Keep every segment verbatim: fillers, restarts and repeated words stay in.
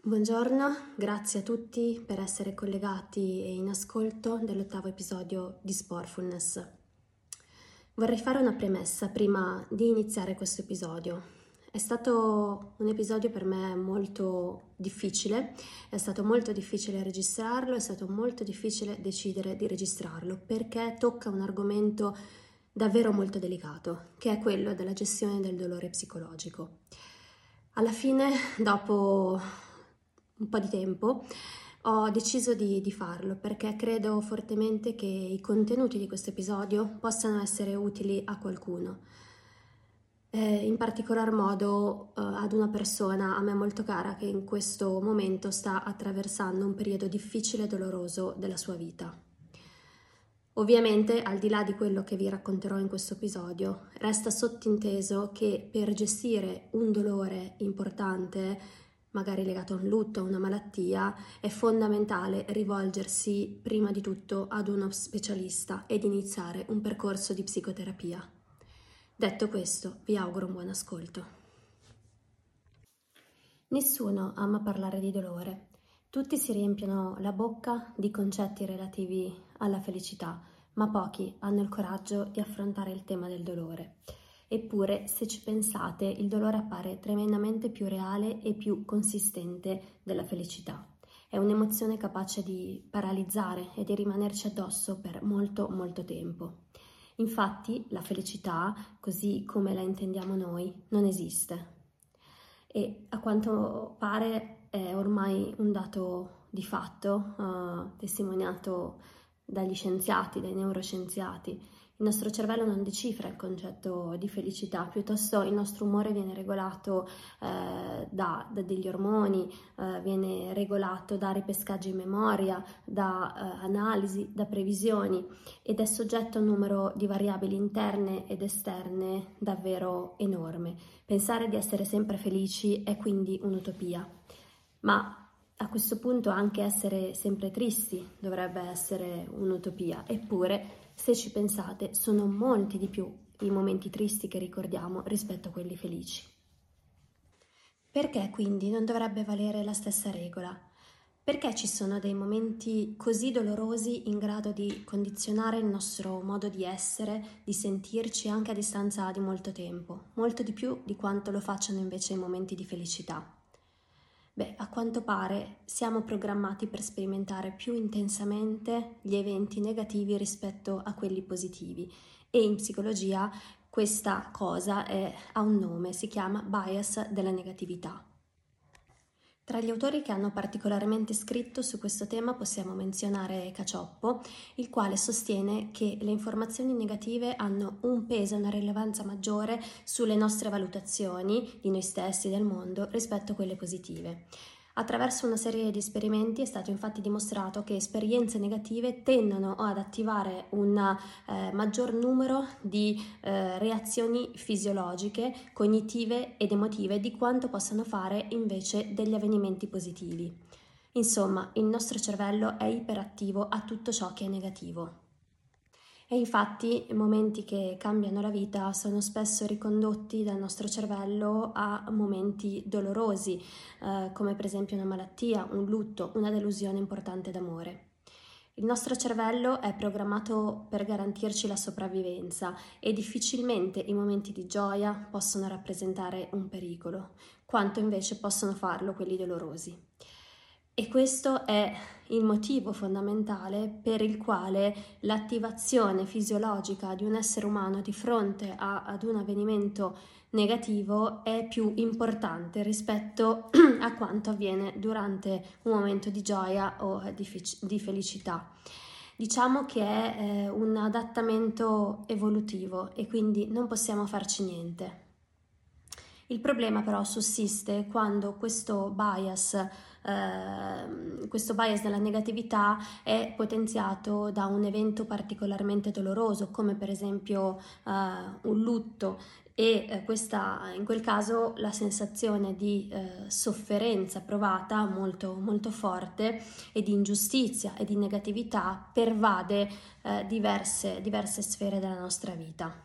Buongiorno, grazie a tutti per essere collegati e in ascolto dell'ottavo episodio di Sportfulness. Vorrei fare una premessa prima di iniziare questo episodio. È stato un episodio per me molto difficile, è stato molto difficile registrarlo, è stato molto difficile decidere di registrarlo perché tocca un argomento davvero molto delicato, che è quello della gestione del dolore psicologico. Alla fine, dopo un po' di tempo, ho deciso di, di farlo perché credo fortemente che i contenuti di questo episodio possano essere utili a qualcuno, eh, in particolar modo eh, ad una persona a me molto cara che in questo momento sta attraversando un periodo difficile e doloroso della sua vita. Ovviamente, al di là di quello che vi racconterò in questo episodio, resta sottinteso che per gestire un dolore importante, magari legato a un lutto, a una malattia, è fondamentale rivolgersi prima di tutto ad uno specialista ed iniziare un percorso di psicoterapia. Detto questo, vi auguro un buon ascolto. Nessuno ama parlare di dolore. Tutti si riempiono la bocca di concetti relativi alla felicità, ma pochi hanno il coraggio di affrontare il tema del dolore. Eppure, se ci pensate, il dolore appare tremendamente più reale e più consistente della felicità. È un'emozione capace di paralizzare e di rimanerci addosso per molto, molto tempo. Infatti, la felicità, così come la intendiamo noi, non esiste. E a quanto pare è ormai un dato di fatto, eh, testimoniato dagli scienziati, dai neuroscienziati. Il nostro cervello non decifra il concetto di felicità, piuttosto il nostro umore viene regolato eh, da, da degli ormoni, eh, viene regolato da ripescaggi in memoria, da eh, analisi, da previsioni ed è soggetto a un numero di variabili interne ed esterne davvero enorme. Pensare di essere sempre felici è quindi un'utopia, ma a questo punto anche essere sempre tristi dovrebbe essere un'utopia, eppure se ci pensate sono molti di più i momenti tristi che ricordiamo rispetto a quelli felici. Perché quindi non dovrebbe valere la stessa regola? Perché ci sono dei momenti così dolorosi in grado di condizionare il nostro modo di essere, di sentirci anche a distanza di molto tempo, molto di più di quanto lo facciano invece i momenti di felicità? Beh, a quanto pare siamo programmati per sperimentare più intensamente gli eventi negativi rispetto a quelli positivi e in psicologia questa cosa è, ha un nome, si chiama bias della negatività. Tra gli autori che hanno particolarmente scritto su questo tema possiamo menzionare Cacioppo, il quale sostiene che le informazioni negative hanno un peso e una rilevanza maggiore sulle nostre valutazioni di noi stessi e del mondo rispetto a quelle positive. Attraverso una serie di esperimenti è stato infatti dimostrato che esperienze negative tendono ad attivare un eh, maggior numero di eh, reazioni fisiologiche, cognitive ed emotive di quanto possano fare invece degli avvenimenti positivi. Insomma, il nostro cervello è iperattivo a tutto ciò che è negativo. E infatti i momenti che cambiano la vita sono spesso ricondotti dal nostro cervello a momenti dolorosi, eh, come per esempio una malattia, un lutto, una delusione importante d'amore. Il nostro cervello è programmato per garantirci la sopravvivenza e difficilmente i momenti di gioia possono rappresentare un pericolo, quanto invece possono farlo quelli dolorosi. E questo è il motivo fondamentale per il quale l'attivazione fisiologica di un essere umano di fronte a, ad un avvenimento negativo è più importante rispetto a quanto avviene durante un momento di gioia o di, di felicità. Diciamo che è eh, un adattamento evolutivo e quindi non possiamo farci niente. Il problema però sussiste quando questo bias, eh, questo bias della negatività è potenziato da un evento particolarmente doloroso, come per esempio eh, un lutto, e eh, questa, in quel caso la sensazione di eh, sofferenza provata molto, molto forte e di ingiustizia e di negatività pervade eh, diverse, diverse sfere della nostra vita.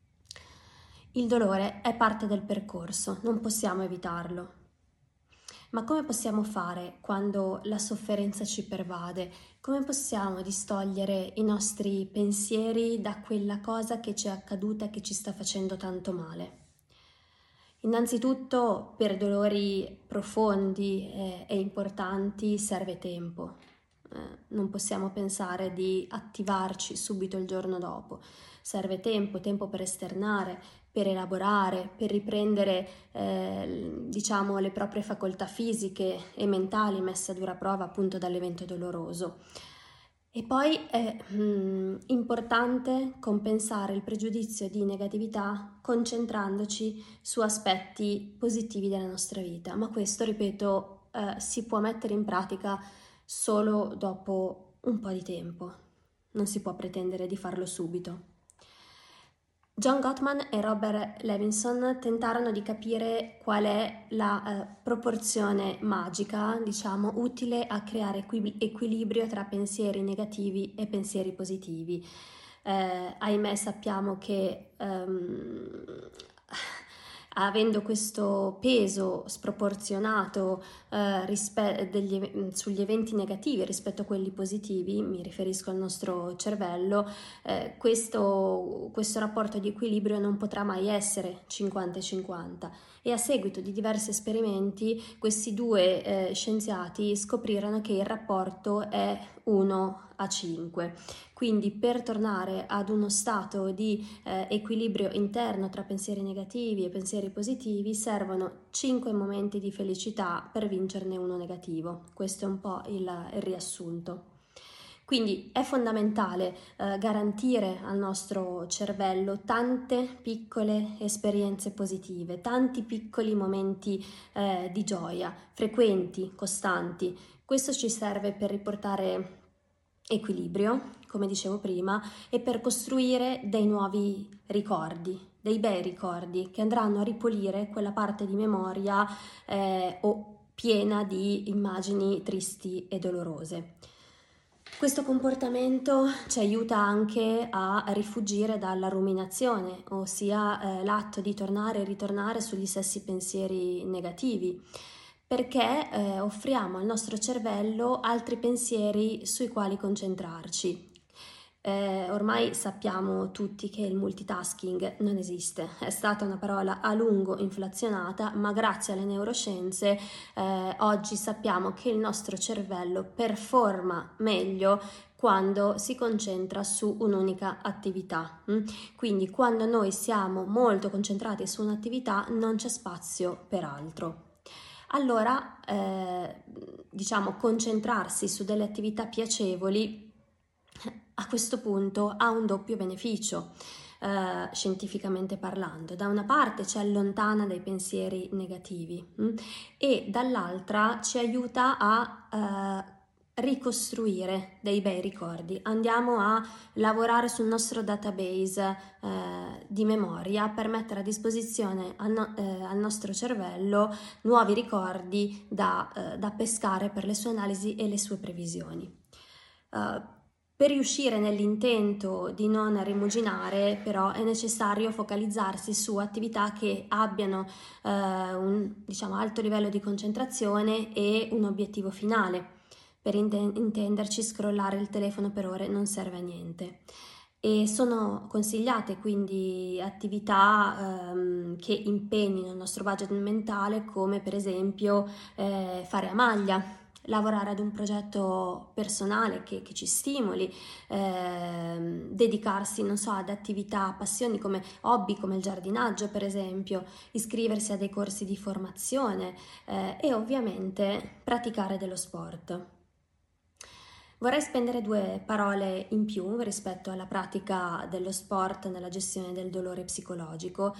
Il dolore è parte del percorso, non possiamo evitarlo, Ma come possiamo fare quando la sofferenza ci pervade? Come possiamo distogliere i nostri pensieri da quella cosa che ci è accaduta e che ci sta facendo tanto male? Innanzitutto, per dolori profondi eh, e importanti serve tempo. Eh, non possiamo pensare di attivarci subito il giorno dopo. Serve tempo, tempo per esternare, per elaborare, per riprendere eh, diciamo le proprie facoltà fisiche e mentali messe a dura prova appunto dall'evento doloroso. E poi è mm, importante compensare il pregiudizio di negatività concentrandoci su aspetti positivi della nostra vita, ma questo, ripeto, eh, si può mettere in pratica solo dopo un po' di tempo, non si può pretendere di farlo subito. John Gottman e Robert Levinson tentarono di capire qual è la eh, proporzione magica, diciamo, utile a creare equi- equilibrio tra pensieri negativi e pensieri positivi. Eh, ahimè, sappiamo che ehm, avendo questo peso sproporzionato eh, rispe- degli, sugli eventi negativi rispetto a quelli positivi, mi riferisco al nostro cervello, eh, questo, questo rapporto di equilibrio non potrà mai essere cinquanta e cinquanta. E a seguito di diversi esperimenti questi due eh, scienziati scoprirono che il rapporto è uno a cinque. Quindi per tornare ad uno stato di eh, equilibrio interno tra pensieri negativi e pensieri positivi servono cinque momenti di felicità per vincerne uno negativo. Questo è un po' il, il riassunto. Quindi è fondamentale eh, garantire al nostro cervello tante piccole esperienze positive, tanti piccoli momenti eh, di gioia, frequenti, costanti. Questo ci serve per riportare equilibrio, come dicevo prima, e per costruire dei nuovi ricordi, dei bei ricordi che andranno a ripulire quella parte di memoria eh, o piena di immagini tristi e dolorose. Questo comportamento ci aiuta anche a rifuggire dalla ruminazione, ossia eh, l'atto di tornare e ritornare sugli stessi pensieri negativi, perché eh, offriamo al nostro cervello altri pensieri sui quali concentrarci. Eh, ormai sappiamo tutti che il multitasking non esiste, è stata una parola a lungo inflazionata, ma grazie alle neuroscienze eh, oggi sappiamo che il nostro cervello performa meglio quando si concentra su un'unica attività. Quindi quando noi siamo molto concentrati su un'attività non c'è spazio per altro. Allora, eh, diciamo, concentrarsi su delle attività piacevoli a questo punto ha un doppio beneficio, eh, scientificamente parlando. Da una parte ci allontana dai pensieri negativi mh? e dall'altra ci aiuta a eh, ricostruire dei bei ricordi. Andiamo a lavorare sul nostro database eh, di memoria per mettere a disposizione al, no- eh, al nostro cervello nuovi ricordi da, eh, da pescare per le sue analisi e le sue previsioni. Uh, Per riuscire nell'intento di non rimuginare, però, è necessario focalizzarsi su attività che abbiano eh, un diciamo, alto livello di concentrazione e un obiettivo finale. Per inten- intenderci, scrollare il telefono per ore non serve a niente. E sono consigliate quindi attività ehm, che impegnino il nostro budget mentale, come per esempio eh, fare a maglia, lavorare ad un progetto personale che, che ci stimoli, ehm, dedicarsi, non so, ad attività, passioni come hobby, come il giardinaggio per esempio, iscriversi a dei corsi di formazione eh, e ovviamente praticare dello sport. Vorrei spendere due parole in più rispetto alla pratica dello sport nella gestione del dolore psicologico,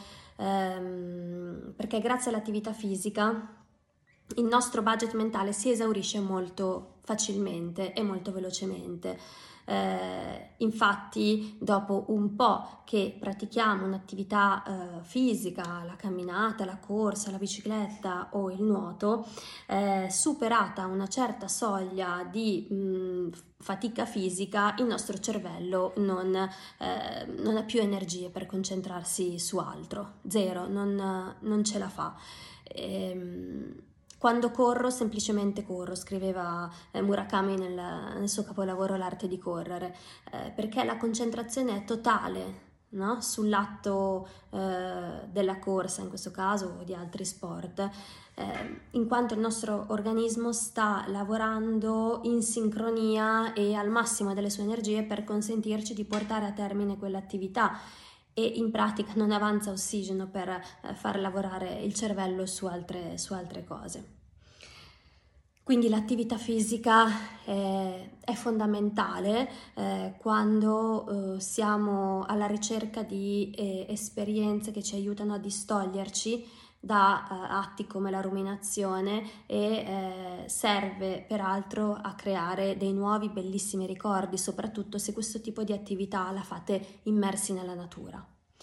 ehm, perché grazie all'attività fisica il nostro budget mentale si esaurisce molto facilmente e molto velocemente. Eh, infatti, dopo un po' che pratichiamo un'attività eh, fisica, la camminata, la corsa, la bicicletta o il nuoto, eh, superata una certa soglia di mh, fatica fisica, il nostro cervello non, eh, non ha più energie per concentrarsi su altro, zero, non, non ce la fa. Ehm, Quando corro, semplicemente corro, scriveva eh, Murakami nel, nel suo capolavoro L'arte di correre, eh, perché la concentrazione è totale, no? Sull'atto eh, della corsa, in questo caso, o di altri sport, eh, in quanto il nostro organismo sta lavorando in sincronia e al massimo delle sue energie per consentirci di portare a termine quell'attività, e in pratica non avanza ossigeno per eh, far lavorare il cervello su altre, su altre cose. Quindi l'attività fisica è, è fondamentale eh, quando eh, siamo alla ricerca di eh, esperienze che ci aiutano a distoglierci da eh, atti come la ruminazione, e eh, serve peraltro a creare dei nuovi bellissimi ricordi, soprattutto se questo tipo di attività la fate immersi nella natura.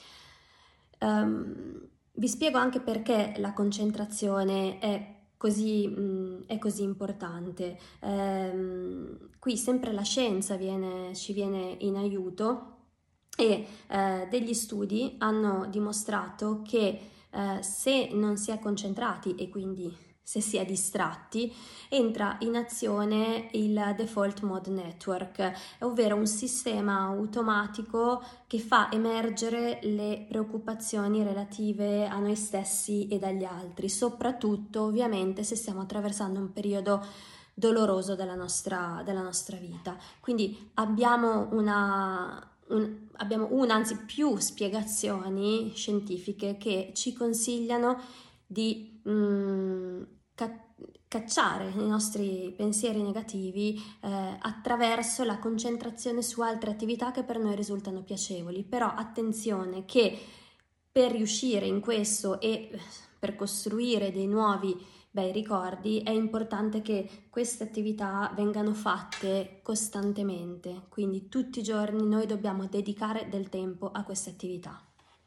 Um, vi spiego anche perché la concentrazione è così, mh, è così importante. Um, qui sempre la scienza viene, ci viene in aiuto, e eh, degli studi hanno dimostrato che eh, se non si è concentrati e quindi se si è distratti, entra in azione il Default Mode Network, ovvero un sistema automatico che fa emergere le preoccupazioni relative a noi stessi e agli altri, soprattutto ovviamente se stiamo attraversando un periodo doloroso della nostra, della nostra vita. Quindi abbiamo una Un, abbiamo una, anzi più spiegazioni scientifiche che ci consigliano di mh, ca- cacciare i nostri pensieri negativi eh, attraverso la concentrazione su altre attività che per noi risultano piacevoli. Però attenzione che per riuscire in questo e per costruire dei nuovi bei ricordi è importante che queste attività vengano fatte costantemente, quindi tutti i giorni noi dobbiamo dedicare del tempo a queste attività.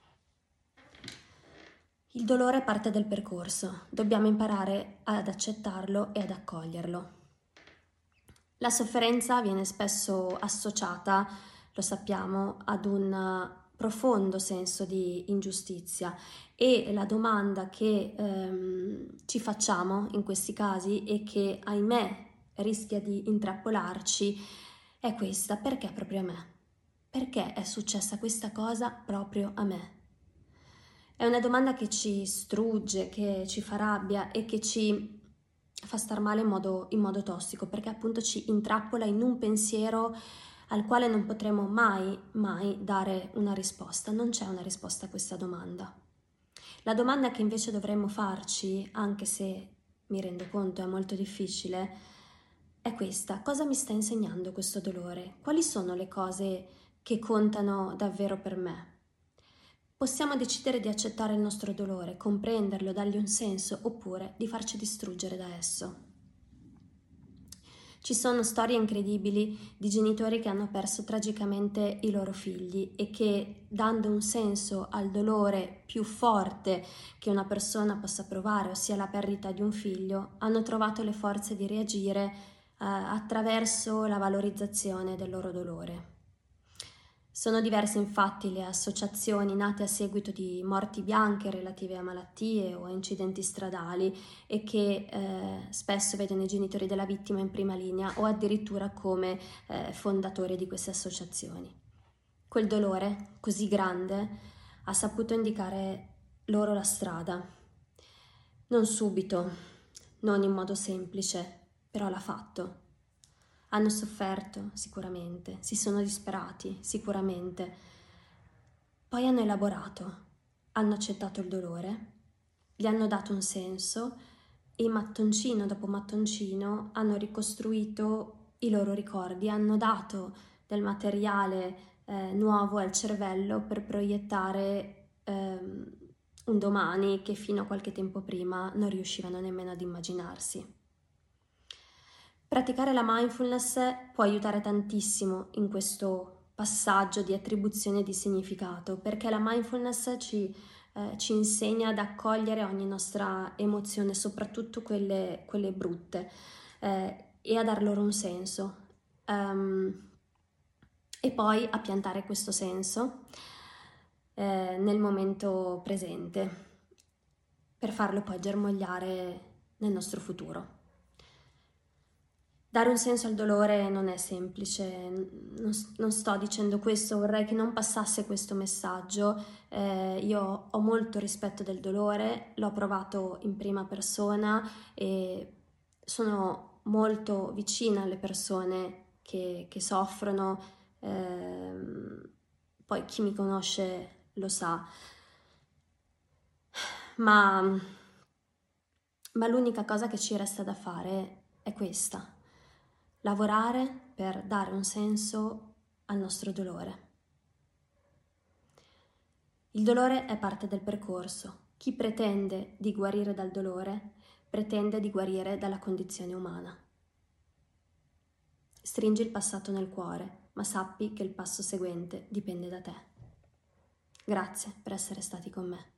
Il dolore parte dal percorso, dobbiamo imparare ad accettarlo e ad accoglierlo. La sofferenza viene spesso associata, lo sappiamo, ad un profondo senso di ingiustizia, e la domanda che ehm, ci facciamo in questi casi e che ahimè rischia di intrappolarci è questa: perché proprio a me? Perché è successa questa cosa proprio a me? È una domanda che ci strugge, che ci fa rabbia e che ci fa star male in modo, in modo tossico, perché appunto ci intrappola in un pensiero al quale non potremo mai, mai dare una risposta. Non c'è una risposta a questa domanda. La domanda che invece dovremmo farci, anche se mi rendo conto è molto difficile, è questa: cosa mi sta insegnando questo dolore? Quali sono le cose che contano davvero per me? Possiamo decidere di accettare il nostro dolore, comprenderlo, dargli un senso, oppure di farci distruggere da esso. Ci sono storie incredibili di genitori che hanno perso tragicamente i loro figli e che, dando un senso al dolore più forte che una persona possa provare, ossia la perdita di un figlio, hanno trovato le forze di reagire eh, attraverso la valorizzazione del loro dolore. Sono diverse infatti le associazioni nate a seguito di morti bianche relative a malattie o a incidenti stradali e che eh, spesso vedono i genitori della vittima in prima linea o addirittura come eh, fondatori di queste associazioni. Quel dolore così grande ha saputo indicare loro la strada, non subito, non in modo semplice, però l'ha fatto. Hanno sofferto, sicuramente, si sono disperati, sicuramente. Poi hanno elaborato, hanno accettato il dolore, gli hanno dato un senso e mattoncino dopo mattoncino hanno ricostruito i loro ricordi, hanno dato del materiale eh, nuovo al cervello per proiettare ehm, un domani che fino a qualche tempo prima non riuscivano nemmeno ad immaginarsi. Praticare la mindfulness può aiutare tantissimo in questo passaggio di attribuzione di significato, perché la mindfulness ci, eh, ci insegna ad accogliere ogni nostra emozione, soprattutto quelle, quelle brutte, eh, e a dar loro un senso. Um, e poi a piantare questo senso eh, nel momento presente, per farlo poi germogliare nel nostro futuro. Dare un senso al dolore non è semplice, non, non sto dicendo questo, vorrei che non passasse questo messaggio. Eh, io ho molto rispetto del dolore, l'ho provato in prima persona e sono molto vicina alle persone che, che soffrono, ehm, poi chi mi conosce lo sa, ma, ma l'unica cosa che ci resta da fare è questa. Lavorare per dare un senso al nostro dolore. Il dolore è parte del percorso. Chi pretende di guarire dal dolore, pretende di guarire dalla condizione umana. Stringi il passato nel cuore, ma sappi che il passo seguente dipende da te. Grazie per essere stati con me.